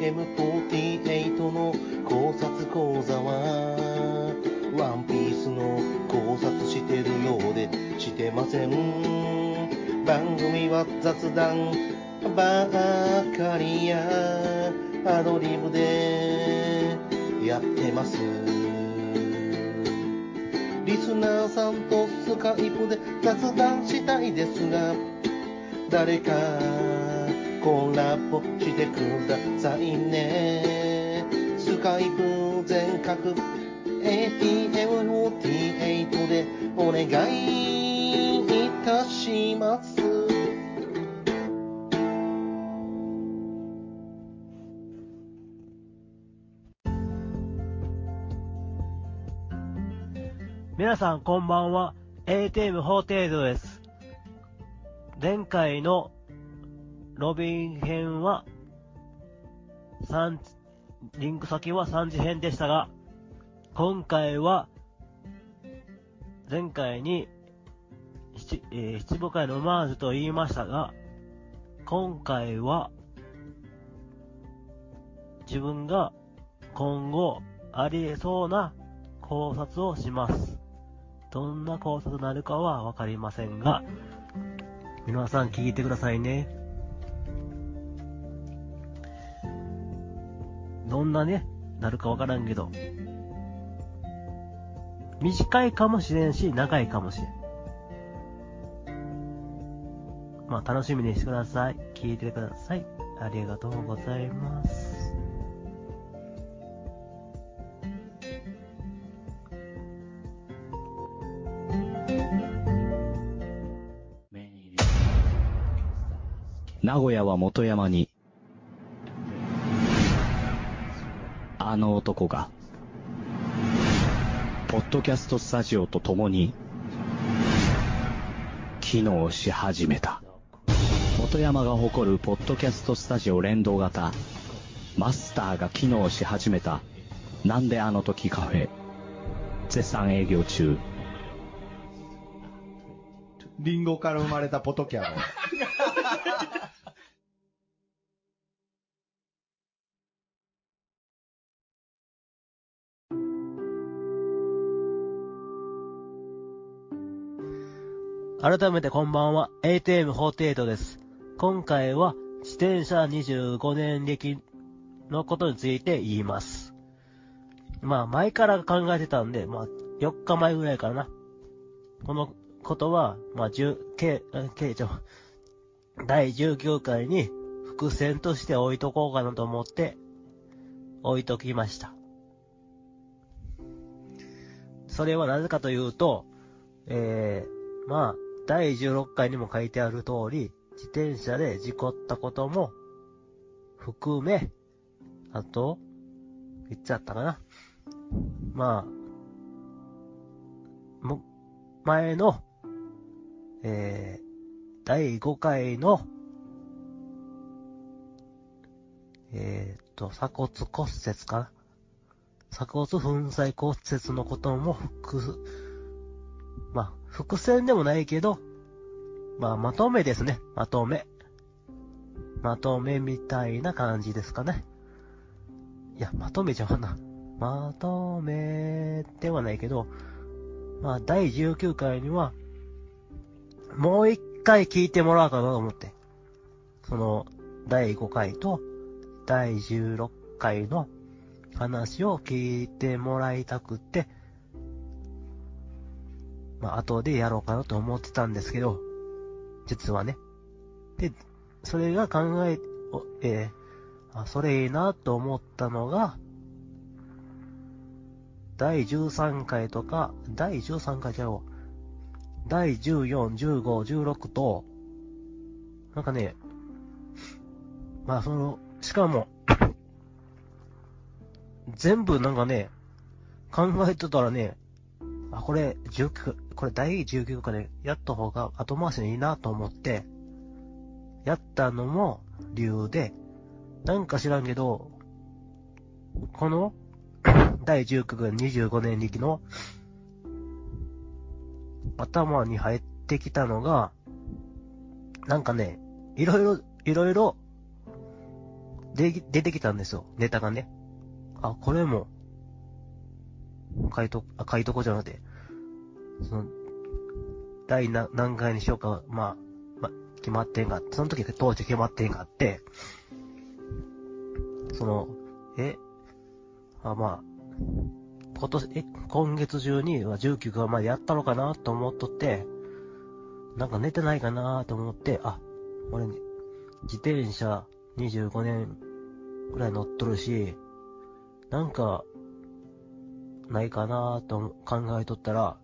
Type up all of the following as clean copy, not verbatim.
ATM48 の考察講座はワンピースの考察してるようでしてません。番組は雑談ばかりやアドリブでやってます。リスナーさんとスカイプで雑談したいですが、誰かコラボしてくださいね。スカイプ全角 ATM48 でお願いいたします。 皆さんこんばんは。 ATM48 です。前回のロビン編はリンク先は3次編でしたが、今回は前回に七部会のオマージュと言いましたが、今回は自分が今後ありえそうな考察をします。どんな考察になるかはわかりませんが、皆さん聞いてくださいね。どんなね、なるかわからんけど、短いかもしれんし、長いかもしれん。まあ楽しみにしてください。聞いてください。ありがとうございます。 名古屋は元山に、あの男が、ポッドキャストスタジオと共に、機能し始めた。元山が誇るポッドキャストスタジオ連動型、マスターが機能し始めた、なんであの時カフェ、絶賛営業中。 リンゴから生まれたポトキャロ。 改めてこんばんは。ATM48 です。今回は自転車25年歴のことについて言います。まあ前から考えてたんで、まあ4日前ぐらいからな。このことは、まあ第19回に伏線として置いとこうかなと思って置いときました。それはなぜかというと、まあ第16回にも書いてある通り、自転車で事故ったことも含め、あと、言っちゃったかな。まあ、前の、第5回の、鎖骨骨折かな。鎖骨粉砕骨折のこともまあ、伏線でもないけど、まあ、まとめですね。まとめみたいな感じですかね。いや、まとめじゃな。まとめではないけど、まあ、第19回には、もう一回聞いてもらおうかなと思って。その、第5回と第16回の話を聞いてもらいたくって、まあ、後でやろうかなと思ってたんですけど、実はね。で、それがそれいいなと思ったのが、第13回とか、第13回じゃろう。第14、15、16と、なんかね、まあしかも、全部なんかね、考えてたらね、これ第19回でやった方が後回しにいいなと思って、やったのも理由で、なんか知らんけど、この第19回25年力の頭に入ってきたのが、なんかね、いろいろ出てきたんですよ、ネタがね。あ、これも、書いとこじゃなくて、何回にしようか、決まってんか、その時当時決まってんかって、今月中には19回までやったのかなと思っとって、なんか寝てないかなと思って、俺、自転車25年くらい乗っとるし、なんか、ないかなと考えとったら、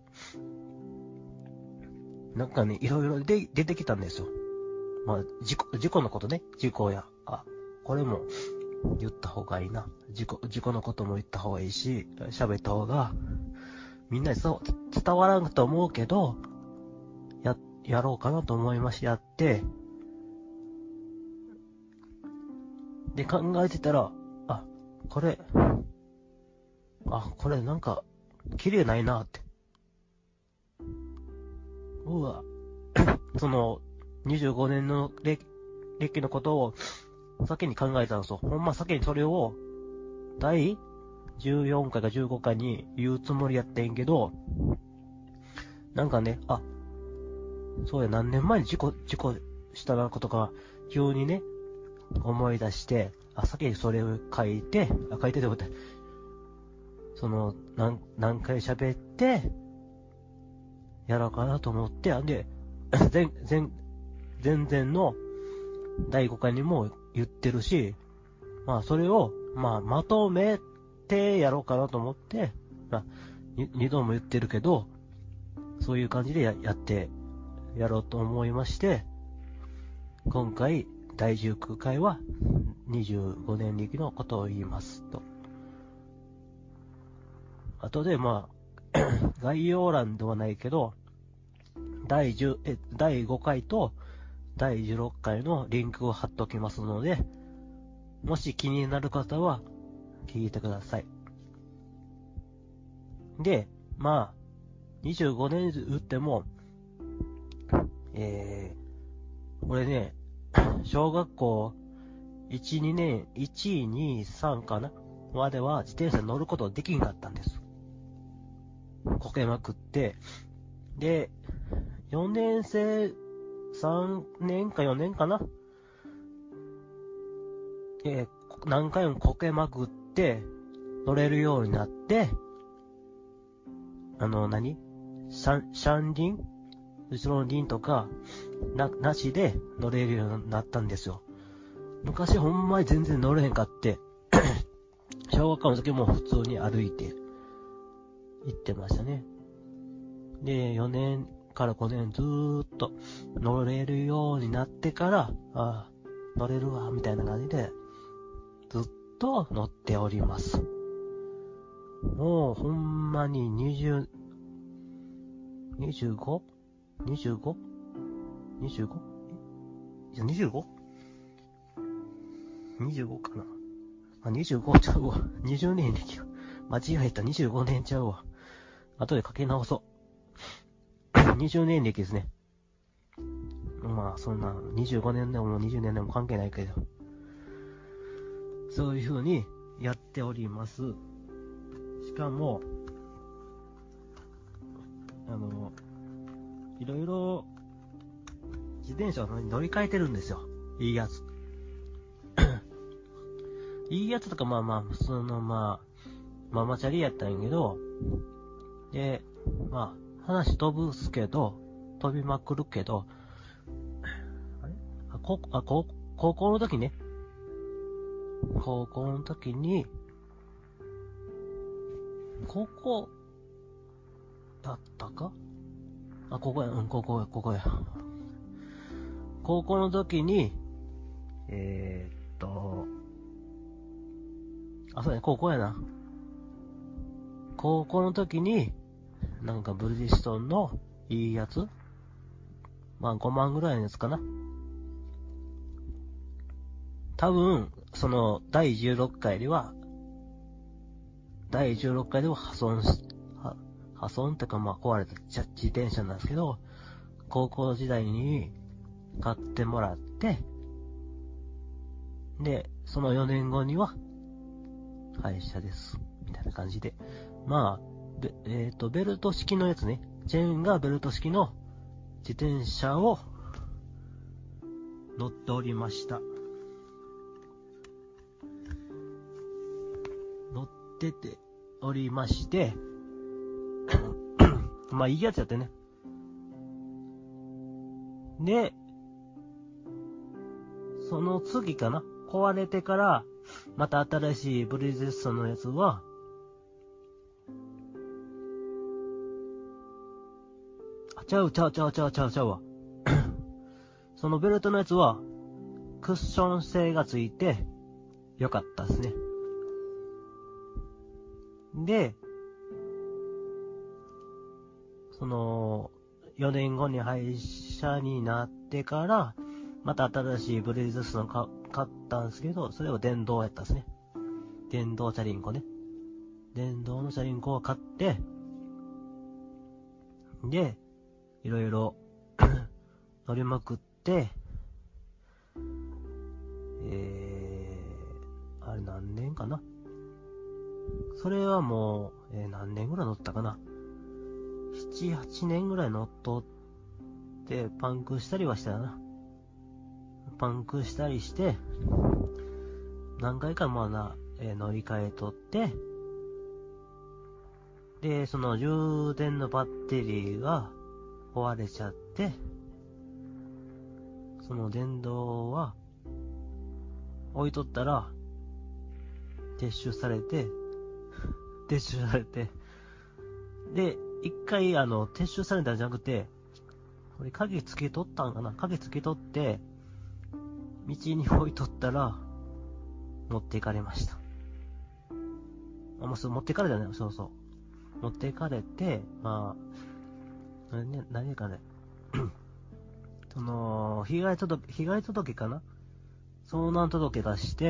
なんかね、いろいろ出てきたんですよ。事故のことね。事故や。これも言った方がいいな。事故のことも言った方がいいし、喋った方が、みんなに伝わらんと思うけど、やろうかなと思いまして、やって、で、考えてたら、これなんか、綺麗ないなって。25年の歴のことを先に考えたんですよ。ほんま先にそれを、第14回か15回に言うつもりやってんけど、なんかね、そうや、何年前に事故したなことか、急にね、思い出して、先にそれを書いてってことで、何回喋って、やろうかなと思って、で、前々の第5回にも言ってるし、それを、まとめてやろうかなと思って、2度も言ってるけど、そういう感じでやろうと思いまして、今回、第19回は、25年歴のことを言いますと。あとで、概要欄ではないけど、第5回と第16回のリンクを貼っておきますので、もし気になる方は聞いてください。で、25年打っても、俺ね、小学校1、2年、1、2、3かなまでは自転車乗ることできんかったんです。こけまくって、で、4年生、3年か4年かな何回もこけまくって、乗れるようになって、車輪後ろの輪とか、なしで乗れるようになったんですよ。昔ほんまに全然乗れへんかって、小学校の時も普通に歩いて行ってましたね。で、4年から5年ずーっと乗れるようになってから、乗れるわ、みたいな感じで、ずっと乗っております。もうほんまに25? かな。25ちゃうわ。20年歴が。間違えた。25年ちゃうわ。後で書き直そう。20年歴ですね。そんな、25年でも20年でも関係ないけど。そういう風にやっております。しかも、いろいろ、自転車を乗り換えてるんですよ。いいやつ。いいやつとか普通のママチャリやったんやけど、で、話飛びまくるけど、高校の時ね、高校だったかここや。高校の時に、そうやね、高校やな。高校の時に、なんかブリヂストンのいいやつ5万ぐらいのやつかな。多分、第16回では破損ってか壊れた自転車なんですけど、高校時代に買ってもらって、で、 その4年後には、廃車です。みたいな感じで。まあ、ベルト式のやつね。チェーンがベルト式の自転車を乗っておりました。乗ってておりまして、まあいいやつやってね。で、その次かな、壊れてから、また新しいブリヂストンのやつは、ちゃうわ。そのベルトのやつは、クッション性がついて、良かったですね。で、その、4年後に廃車になってから、また新しいブリヂストン買ったんですけど、それは電動やったんですね。電動チャリンコね。電動のチャリンコを買って、で、いろいろ乗りまくって、あれ何年かな。それはもう、何年ぐらい乗ったかな。7、8年ぐらい乗っとって、パンクしたりはしたよな。パンクしたりして、何回かまあな、乗り換えとって、で、その充電のバッテリーが壊れちゃって、その電動は置いとったら、撤収されて、で、一回撤収されたんじゃなくて、これ鍵つけとったんかな、鍵つけとって、道に置いとったら、持っていかれました。もう持っていかれたね、そうそう。持っていかれて、まあ、何かね、その、被害届かな、遭難届出して、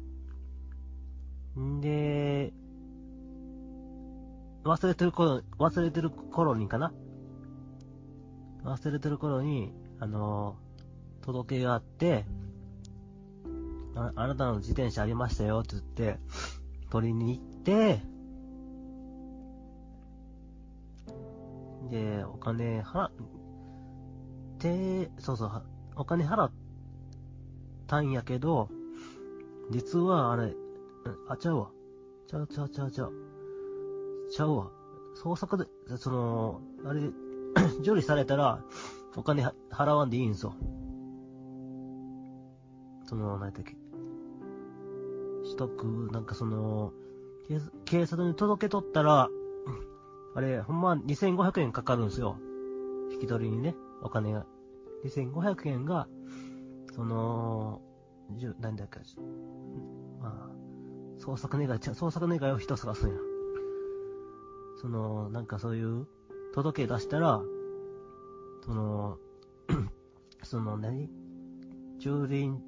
んで、忘れてる頃に、届けがあって、あなたの自転車ありましたよって言って、取りに行って、で、お金払ったんやけど、実はあれ、ちゃうわ。捜索で、あれ、受理されたら、お金払わんでいいんすよ。何だっけ。警察に届けとったら、あれ、ほんま2500円かかるんすよ。引き取りにね、お金が。2500円が、何だっけ、まあ、捜索願いを人探すんや。そういう、届け出したら、駐輪、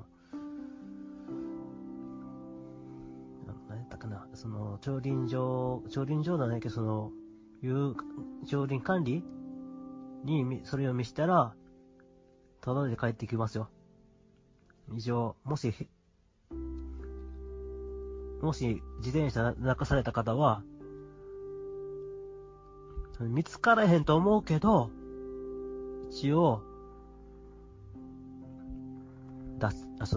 何やったかな、駐輪場じゃないけど、駐輪管理に、それを見したら、ただで帰ってきますよ。以上、もし自転車泣かされた方は、見つからへんと思うけど、一応、出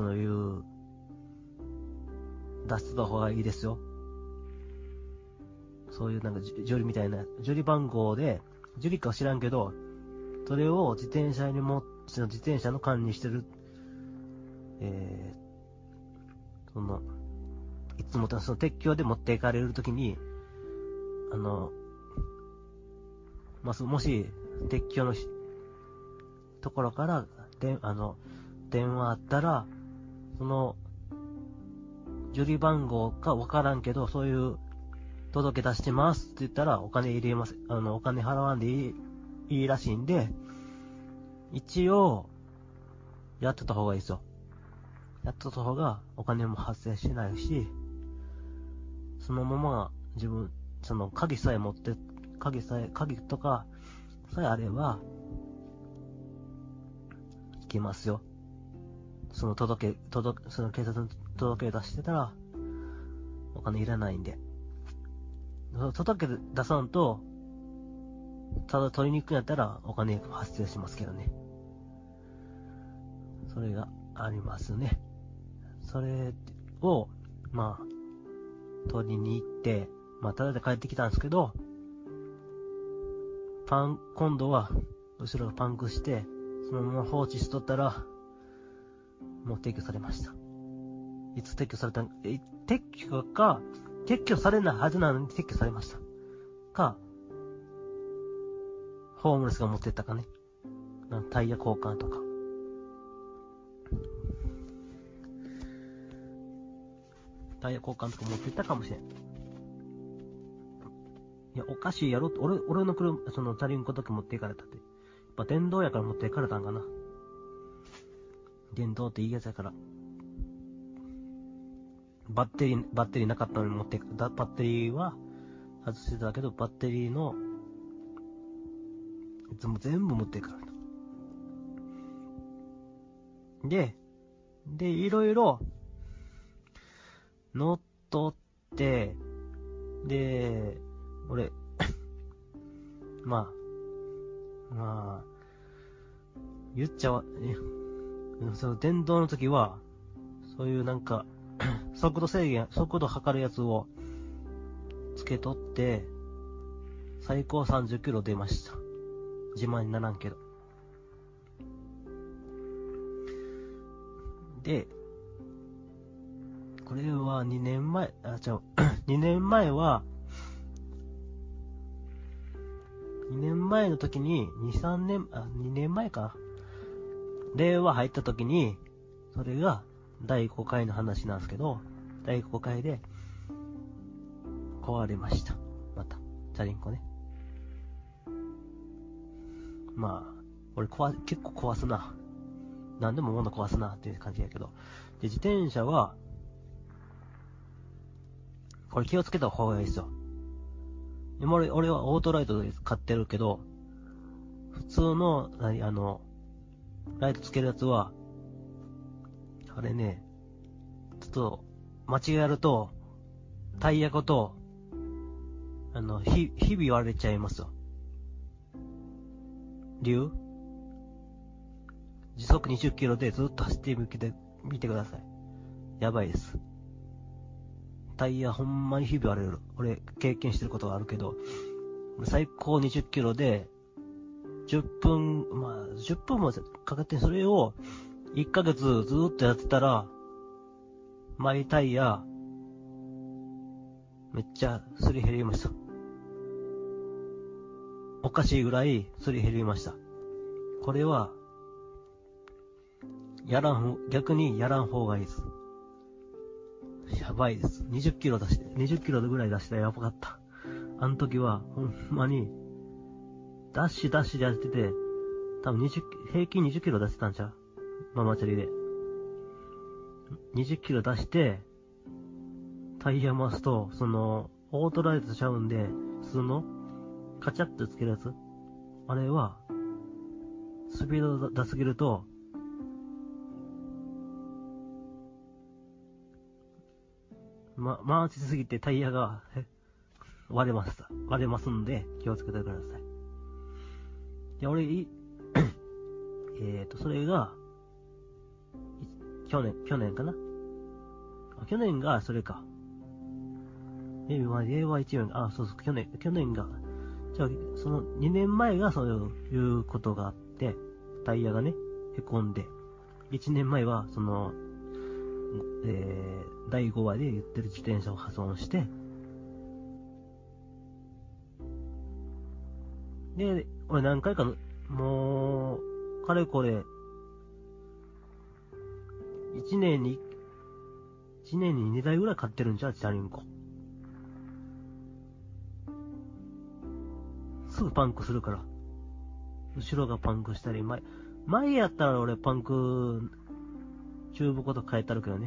した方がいいですよ。そういう受理みたいな、受理番号で、受理か知らんけど、それを自転車の管理してる、いつも鉄橋で持っていかれるときに、もし、鉄橋のところから、電話あったら、受理番号かわからんけど、そういう届け出してますって言ったら、お金入れます。お金払わんでいいらしいんで、一応、やってた方がいいですよ。やってた方がお金も発生しないし、そのまま鍵とかさえあれば、いけますよ。 その警察に届け出してたら、お金いらないんで。届け出さんと、ただ取りに行くんやったらお金発生しますけどね。それがありますね。それを、まあ、取りに行って、まあ、ただで帰ってきたんですけど、今度は、後ろがパンクして、そのまま放置しとったら、もう撤去されました。いつ撤去された撤去されないはずなのに撤去されました。か、ホームレスが持ってったかね。タイヤ交換とか。タイヤ交換とか持ってったかもしれん。いや、おかしいやろって、俺の車、そのチャリンコだけ持っていかれたって。やっぱ電動やから持っていかれたんかな。電動っていいやつやから。バッテリーなかったのにバッテリーは外してたけど、バッテリーの、いつも全部持っていかれた。で、いろいろ、乗っ取って、で、俺、まあ、言っちゃその電動の時は、そういうなんか、速度測るやつをつけとって、最高30キロ出ました。自慢にならんけど。で、これは2年前は、2年前の時に、2年前か。令和入った時に、それが第5回の話なんですけど、第5回で壊れました。また、チャリンコね。まあ、俺結構壊すな。何でも物壊すなっていう感じやけど。で、自転車は、これ気をつけた方がいいですよ。今俺はオートライトで買ってるけど、普通の、ライトつけるやつは、あれね、ちょっと、間違えると、タイヤごと、ひび割れちゃいますよ。理由？時速20キロでずっと走ってみてください。やばいです。タイヤほんまにひび割れる。俺、経験してることがあるけど、最高20キロで、10分もかかって、それを、1ヶ月ずーっとやってたら、マイタイヤ、めっちゃすり減りました。おかしいぐらいすり減りました。これは、逆にやらん方がいいです。やばいです。20キロぐらい出したらやばかった。あの時は、ほんまに、ダッシュでやってて、多分平均20キロ出してたんちゃう？ママチャリで。20キロ出して、タイヤ回すと、オートライトちゃうんで、普通の、カチャッとつけるやつ。あれは、スピード出すぎると、回しすぎてタイヤが、割れますんで、気をつけてください。で、俺、それが、去年かな？去年が、それか。令和1年、そう、去年が、じゃあ、その2年前がそういうことがあって、タイヤがね、凹んで、1年前は、第5話で言ってる自転車を破損して、で、俺何回か、もう、かれこれ、1年に2台ぐらい買ってるんじゃん、チャリンコ。すぐパンクするから。後ろがパンクしたり、前やったら俺パンク、チューブごと変えたるけどね。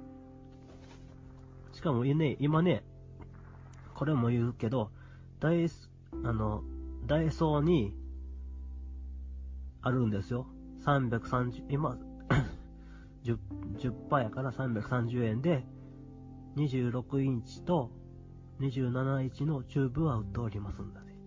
しかも今ね、これも言うけど、ダイソーに、あるんですよ。330、今、 10% やから330円で、26インチと27インチのチューブは売っておりますんだね。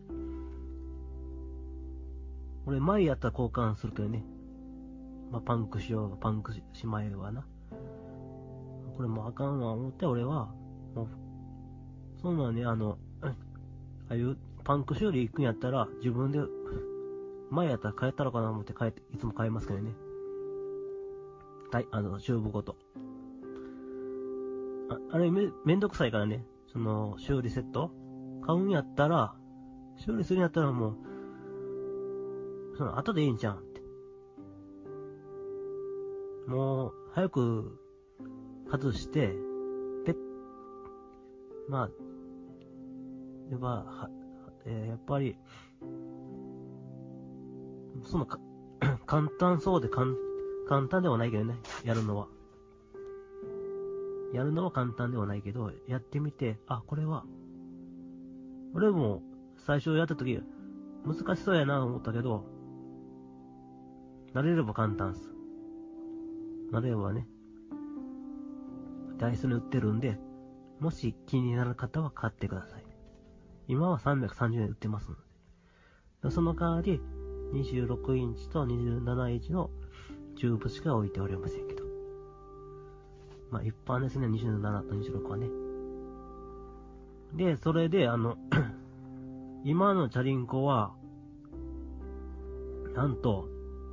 俺前やったら交換するけどね。まあ、パンクしようがパンクしまえばな。これもうあかんわ思って俺は、もう、そんなんね、ああいうパンク修理行くんやったら自分で、前やったら変えたのかな思っていつも変えますけどね。はい、チューブごと。あれめんどくさいからね、その、修理セット買うんやったら、修理するんやったらもう、その後でいいんじゃんって。もう、早く、外して、まあ、やっぱり、その簡単そうで簡単ではないけどね、やるのは。やるのは簡単ではないけど、やってみて、あ、これは、俺も最初やった時、難しそうやなと思ったけど、慣れれば簡単っす。慣れればね、ダイソーに売ってるんで、もし気になる方は買ってください。今は330円売ってますので。その代わり、26インチと27インチのチューブしか置いておりませんけど。まあ一般ですね、27と26はね。で、それで今のチャリンコは、なんと、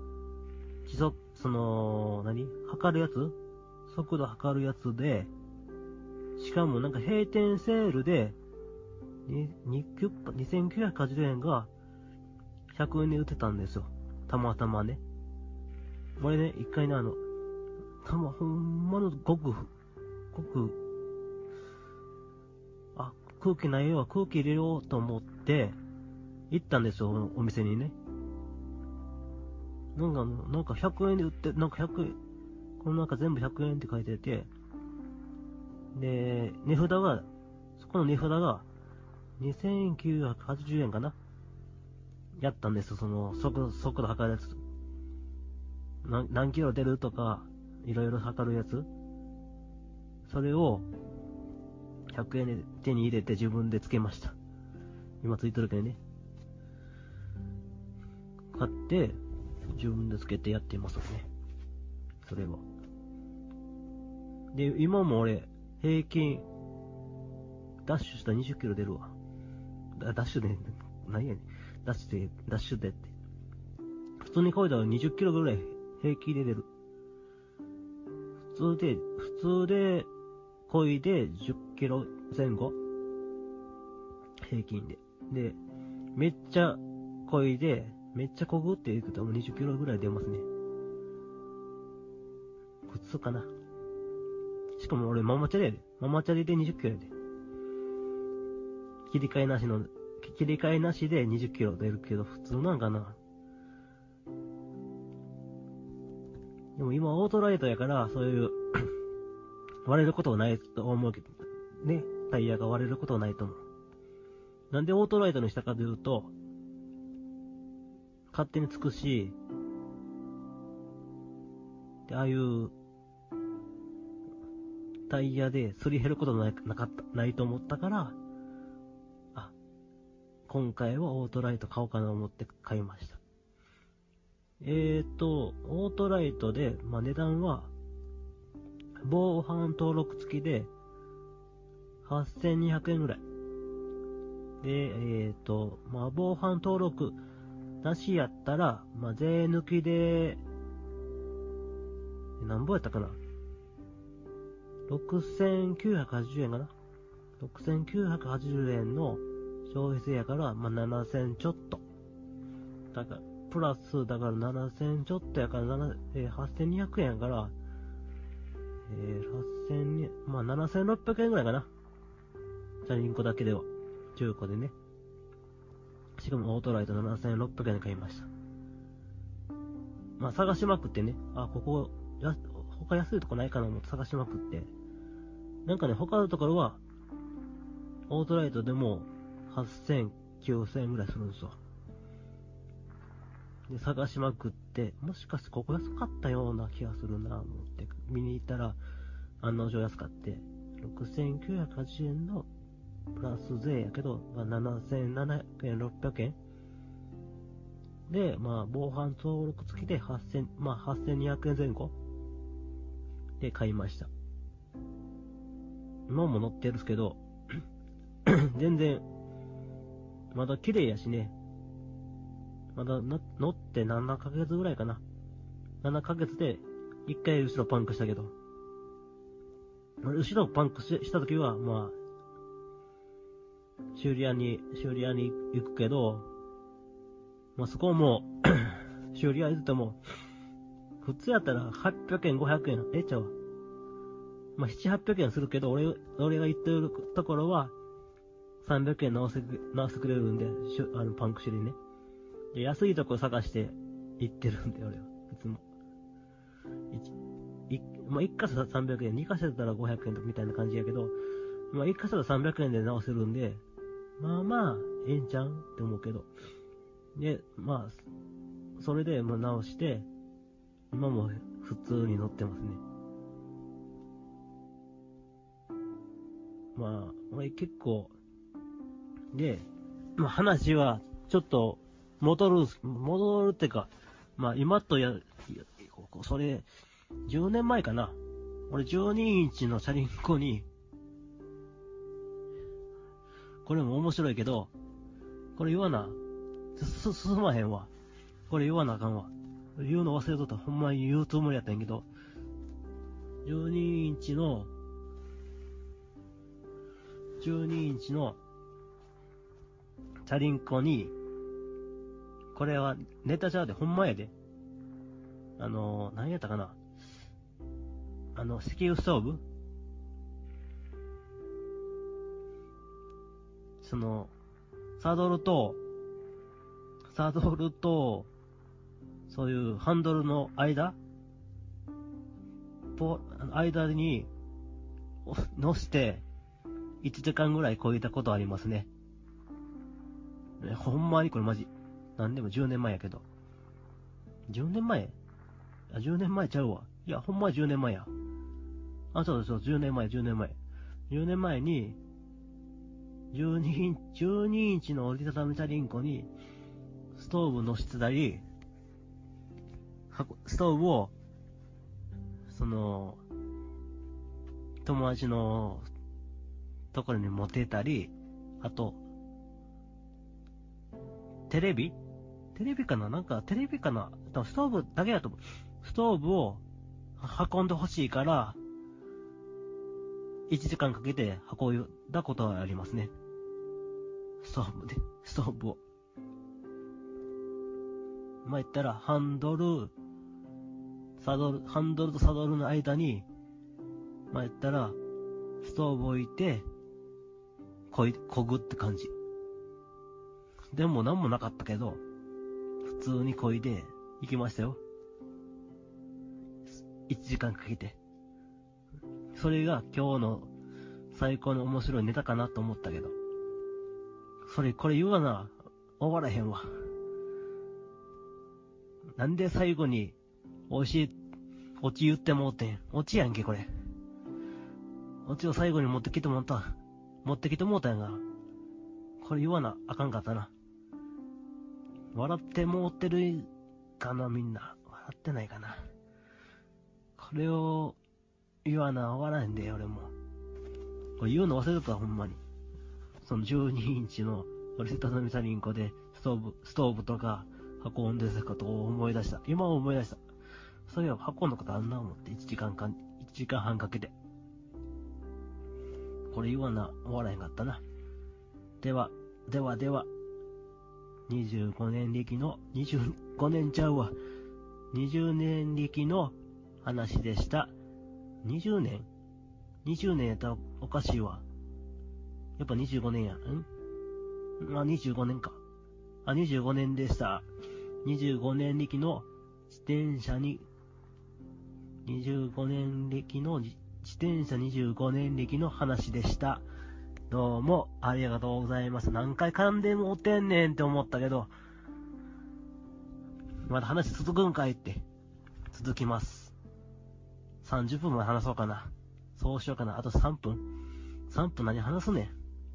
測るやつ？速度測るやつで、しかもなんか閉店セールで、2980円が100円で売ってたんですよ。たまたまね。俺ね、一回ね、ほんまの空気ないよ、空気入れようと思って、行ったんですよ、お店にね。なんか100円で売って、なんか100円、この中全部100円って書いてて、で、そこの値札が、2980円かなやったんですよ、その、速度測るやつ。何キロ出るとか、いろいろ測るやつ。それを、100円で手に入れて自分でつけました。今ついてるけどね。買って、自分でつけてやってますよね。それは。で、今も俺、平均、ダッシュしたら20キロ出るわ。ダッシュで、何やねん。ダッシュでって。普通に漕いだら20キロぐらい平気で出る。普通で漕いで10キロ前後。平均で。で、めっちゃ漕いで、めっちゃ漕ぐって言うともう20キロぐらい出ますね。普通かな。しかも俺ママチャリやで。ママチャリで20キロやで。切り替えなしで20キロ出るけど、普通なんかな。でも今オートライトやから、そういう割れることはないと思うけど、ね、タイヤが割れることはないと思う。なんでオートライトにしたかというと、勝手につくし、で、ああいうタイヤですり減ることないと思ったから、今回はオートライト買おうかなと思って買いました。オートライトで、値段は、防犯登録付きで、8200円ぐらい。で、防犯登録なしやったら、税抜きで、何ぼやったかな ?6980 円かな ?6980 円の消費税やから、7000ちょっと。だから、プラス、だから7000ちょっとやから、8200円やから、7600円ぐらいかな。チャリンコだけでは。中古でね。しかもオートライト7600円で買いました。探しまくってね、他安いとこないかな思って探しまくって。なんかね、他のところは、オートライトでも8000、9000円ぐらいするんですよ。 で、探しまくって、もしかしてここ安かったような気がするな、思って見に行ったら、案の定安かって、6980円のプラス税やけど、まあ、7700円、600円で、まあ、防犯登録付きで8200円前後で買いました。今も乗ってるんですけど、全然、まだ綺麗やしね、まだ乗って7ヶ月ぐらいかな。7ヶ月で1回後ろパンクしたけど、後ろパンクした時は、まあ、修理屋に行くけど、まあそこも、修理屋行っても、普通やったら800円、500円、ちゃうわ。まあ7、800円するけど、俺が行ってるところは、300円直してくれるんで、パンク修理ね。で、安いとこ探して行ってるんで、俺は。いつも。まあ、1箇所だったら300円、2箇所だったら500円とかみたいな感じやけど、まあ、1箇所だったら300円で直せるんで、まあまあ、ええんちゃうんって思うけど。で、まあ、それでまあ直して、今も普通に乗ってますね。まあ、俺結構、で、まあ話は、ちょっと、戻るってか、まあ今とそれ、10年前かな。俺12インチのチャリンコに、これも面白いけど、これ言わな、進まへんわ。これ言わなあかんわ。言うの忘れとった。ほんまに言うつもりやったんやけど、12インチのチャリンコに、これはネタちゃうで、ほんまやで。何やったかな。石油ストーブサドルと、そういうハンドルの間に、乗して、1時間ぐらい漕いだことありますね。ほんまにこれマジ。なんでも10年前やけど。10年前10年前ちゃうわ。いや、ほんま10年前や。そう、10年前。10年前に、12インチの折りたたみチャリンコに、ストーブ乗せたり、ストーブを、友達のところに持ってたり、あと、テレビかなストーブだけだと思う。ストーブを運んでほしいから、1時間かけて運んだことはありますね。ストーブを。まあ、言ったら、ハンドルとサドルの間に、まあ、言ったら、ストーブ置いて、漕ぐって感じ。でも何もなかったけど、普通に漕いで行きましたよ。1時間かけて。それが今日の最高の面白いネタかなと思ったけど。これ言うわな、終わらへんわ。なんで最後に、美味しい、オチ言ってもうてん。オチやんけ、これ。オチを最後に持ってきてもうたんやが。これ言わな、あかんかったな。笑ってもうてるかな、みんな。笑ってないかな。これを言わな、終わらへんで、俺も。これ言うの忘れてた、ほんまに。その12インチの折りたたみチャリンコでストーブとか運んでたことを思い出した。今思い出した。そういえば運んだことあんな思って、1時間半かけて。これ言わな、終わらへんかったな。では、25年力の、25年ちゃうわ。20年力の話でした。20年やったらおかしいわ。やっぱ25年や。25年か。25年でした。25年力の自転車25年力の話でした。どうもありがとうございます。何回噛んでもうてんねんって思ったけど、 まだ話続くんかいって。続きます。30分も話そうかな。そうしようかな。あと3分。3分何話すね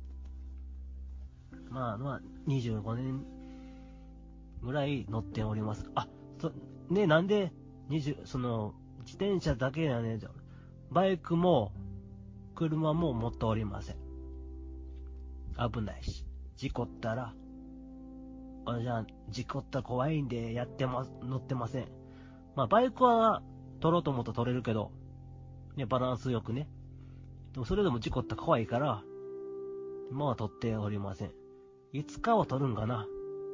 ん。まあ、25年ぐらい乗っております。なんで、自転車だけやねん。バイクも、車も持っておりません。危ないし。事故ったら、じゃあ、事故ったら怖いんで乗ってません。まあ、バイクは取ろうと思ったら取れるけど、ね、バランスよくね。でもそれでも事故ったら怖いから、今は取っておりません。いつかは取るんかな。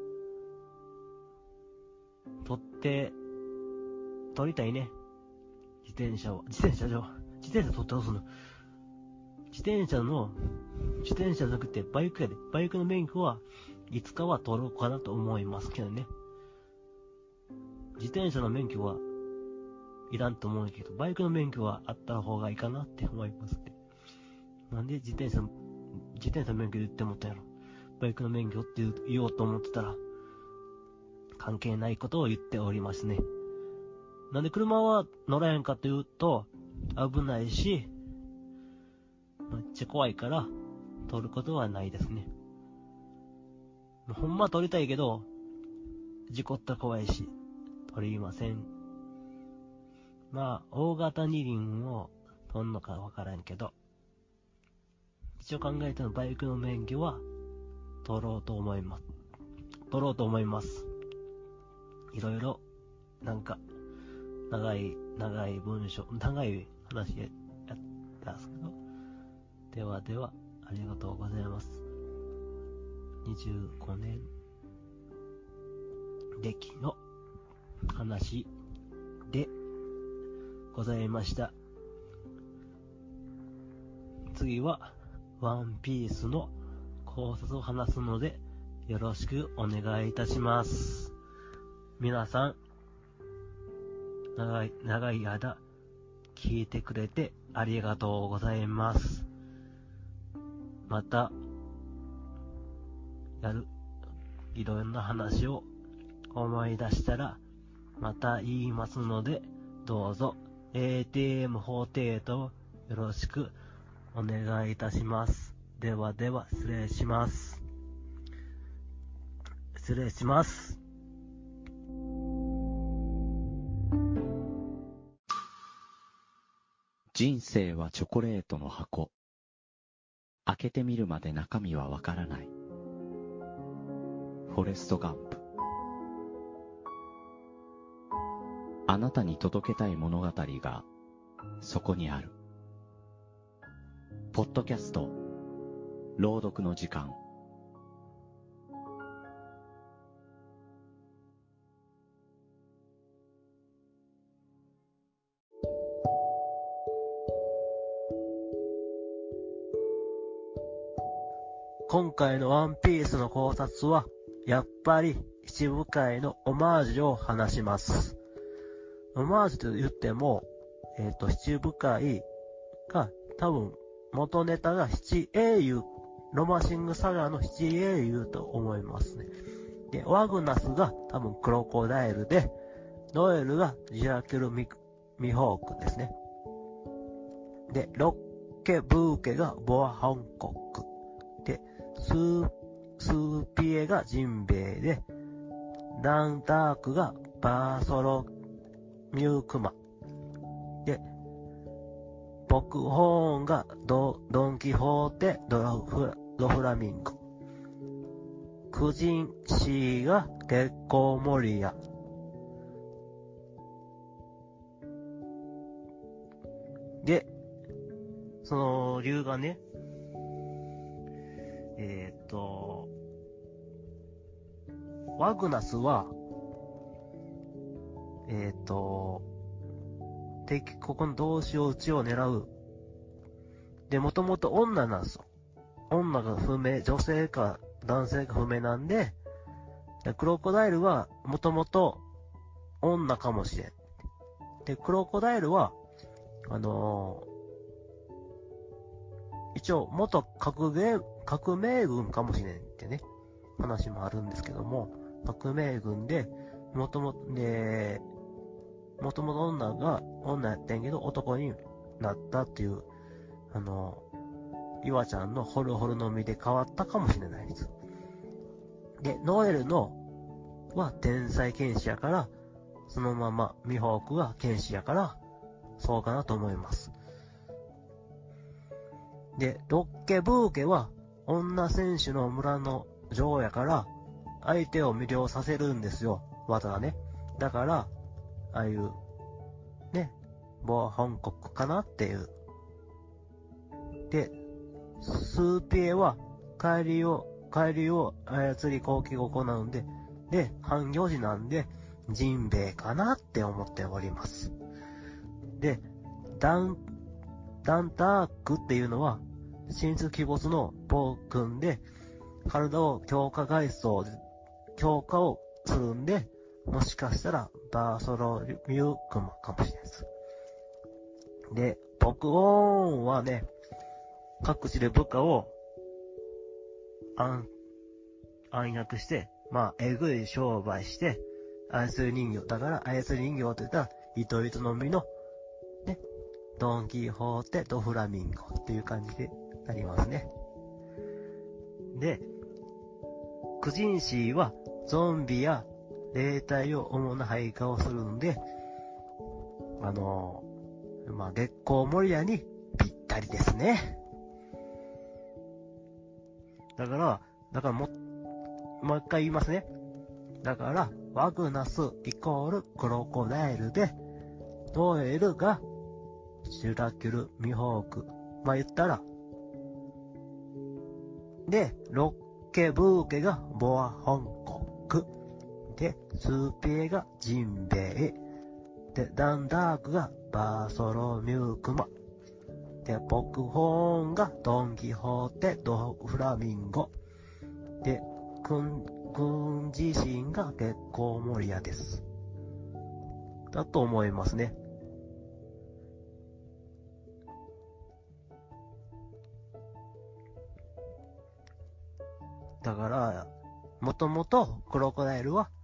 取りたいね。自転車取ってどうすんの？自転車じゃなくてバイクやで。バイクの免許はいつかは取ろうかなと思いますけどね。自転車の免許はいらんと思うけど、バイクの免許はあった方がいいかなって思いますって。なんで自転車の免許言ってもったんやろ。バイクの免許って言おうと思ってたら、関係ないことを言っておりますね。なんで車は乗らへんかというと、危ないし、めっちゃ怖いから、取ることはないですね。ほんま取りたいけど、事故ったら怖いし、取りません。まあ、大型二輪を取んのかわからんけど、一応考えたのバイクの免許は、取ろうと思います。いろいろ、なんか、長い文章、長い話やったんですけど、では、ありがとうございます。25年歴の話でございました。次はワンピースの考察を話すのでよろしくお願いいたします。皆さん長い間聞いてくれてありがとうございます。またいろんな話を思い出したらまた言いますので、どうぞ ATM48 よろしくお願いいたします。では失礼します。 人生はチョコレートの箱。開けてみるまで中身はわからない。フォレスト・ガンプ。あなたに届けたい物語がそこにある。ポッドキャスト朗読の時間。 今回のワンピースの考察はやっぱり七部会のオマージュを話します。オマージュと言っても、七部会が多分元ネタが七英雄、ロマシングサガの七英雄と思いますね。で、ワグナスが多分クロコダイルで、ノエルがジュラキュルミホークですね。で、ロッケブーケがボアハンコック。で、スーピエがジンベエで、ダンダークがバーソロミュークマ。で、ボクホーンがドンキホーテドフラミンゴ。クジンシーが月光モリア。で、その理由がね、ワグナスは、敵国の同士を打ちを狙う。で、もともと女なんですよ。女が不明、女性か男性か不明なんで、クロコダイルはもともと女かもしれん。で、クロコダイルは、一応元革命軍かもしれんってね、話もあるんですけども、革命軍で、 もともと女やってんけど男になったっていう、岩ちゃんのホルホルの実で変わったかもしれないです。で、ノエルは天才剣士やから、そのままミホークは剣士やから、そうかなと思います。で、ロッケブーケは女選手の村の女王やから、相手を魅了させるんですよ、技がね。だから、ああいう、ね、防犯国かなっていう。で、スーピエは帰りを操り攻撃を行うんで、で、半行事なんで、ジンベエかなって思っております。で、ダンタークっていうのは、神出鬼没の暴君で、体を強化をするんで、もしかしたらバーソロミュークマかもしれないです。で、ポクオーンはね、各地で部下を暗躍して、えぐい商売して、操り人形。だから、操り人形って言ったら、糸糸の実の、ね、ドンキホーテ、ドフラミンゴっていう感じでなりますね。で、クジンシーはゾンビや霊体を主な配下をするんで、月光モリアにぴったりですね。だからもう一回言いますね。だから、ワグナスイコールクロコダイルで、ノエルがシュラキュル、ミホーク。言ったら、で、ロッケブーケがボア本国。で、スーピエがジンベエ。で、ダンダークがバーソロミュークマ。で、ポクホーンがドンキホーテ、ドフラミンゴ。で、軍自身が月光モリアです。だと思いますね。だから、もともとクロコダイルは、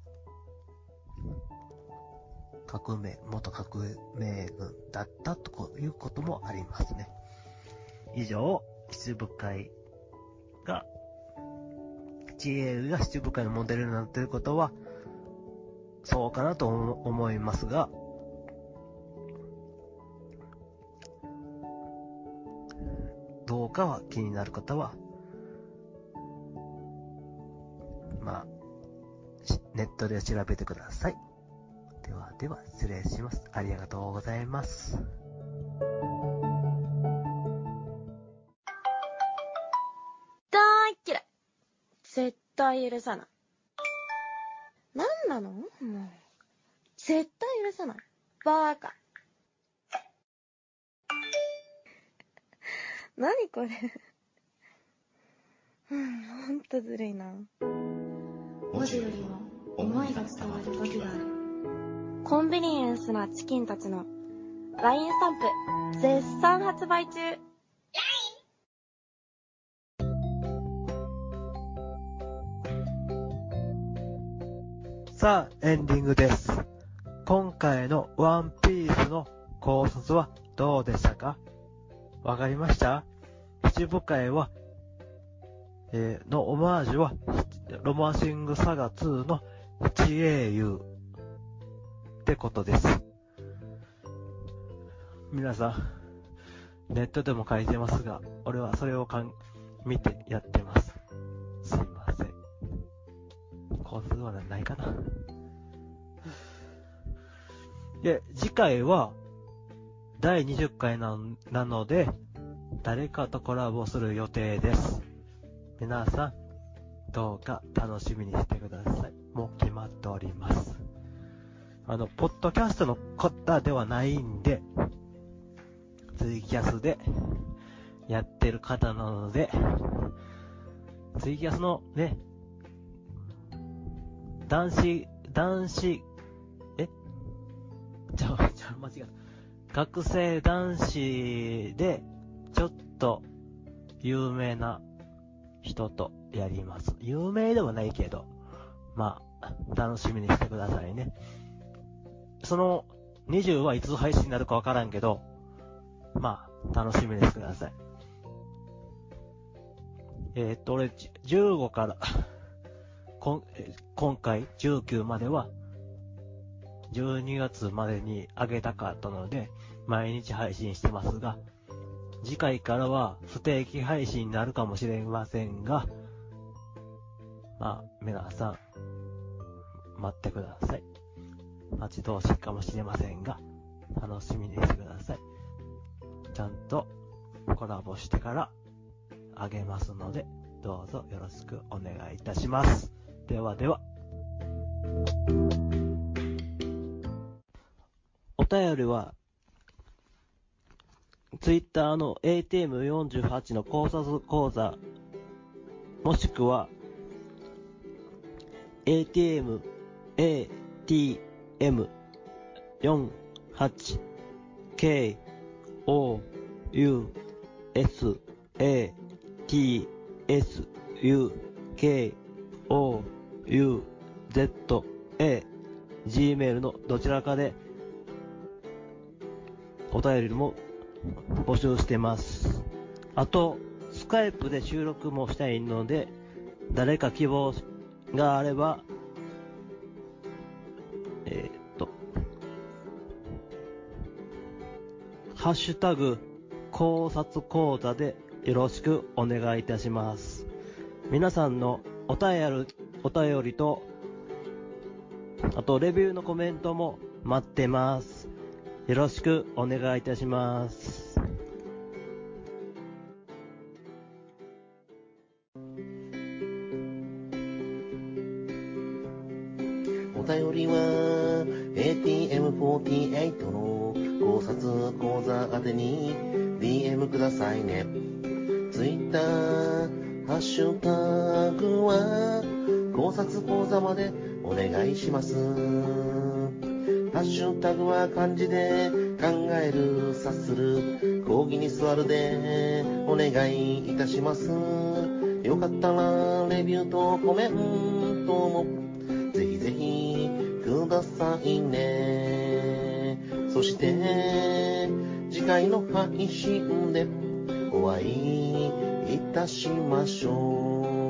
元革命軍だったということもありますね。以上、七部会が、GAL が七部会のモデルになっていることは、そうかなと思いますが、どうかは気になる方は、ネットで調べてください。では、失礼します。ありがとうございます。 大っ嫌い。絶対許さない。なんなの？もう。絶対許さない。バーカ。何これ。ほんとずるいな。 文字よりも思いが伝わる時がある。 コンビニエンスなチキンたちの LINE スタンプ絶賛発売中。 さあ、エンディングです。今回のワンピースの考察はどうでしたか？わかりました？七部会は、のオマージュは、ロマンシングサガ2の1英雄ってことです。皆さん、ネットでも書いてますが、俺はそれを見てやってます。すいません。考察はないかな。で、次回は、第20回なので、誰かとコラボする予定です。皆さん、どうか楽しみにしてください。もう決まっております。ポッドキャストの方ではないんで、ツイキャスでやってる方なので、ツイキャスのね、間違えた。学生男子で、ちょっと有名な人とやります。有名ではないけど、 楽しみにしてくださいね。その20はいつ配信になるかわからんけど、まあ、楽しみにしてください。俺、15から、今回19までは、12月までに上げたかったので、毎日配信してますが、次回からは不定期配信になるかもしれませんが、まあ、皆さん、待ってください。待ち遠しいかもしれませんが、楽しみにしてください。ちゃんとコラボしてからあげますので、どうぞよろしくお願いいたします。ではでは。お便りは、Twitter の ATM48 の考察講座、もしくは、Gmail のどちらかでお便りも募集してます。あと、スカイプで収録もしたいので、誰か希望があれば、ハッシュタグ考察講座でよろしくお願いいたします。皆さんのお便りと、あとレビューのコメントも待ってます。よろしくお願いいたします。 お便りは ATM48 の考察講座宛てに DM くださいね。Twitter ハッシュタグは考察講座までお願いします。ハッシュタグは漢字で考える、察する、講義に座るでお願いいたします。よかったらレビューとコメントもぜひぜひくださいね。そして次回の配信でお会いいたしましょう。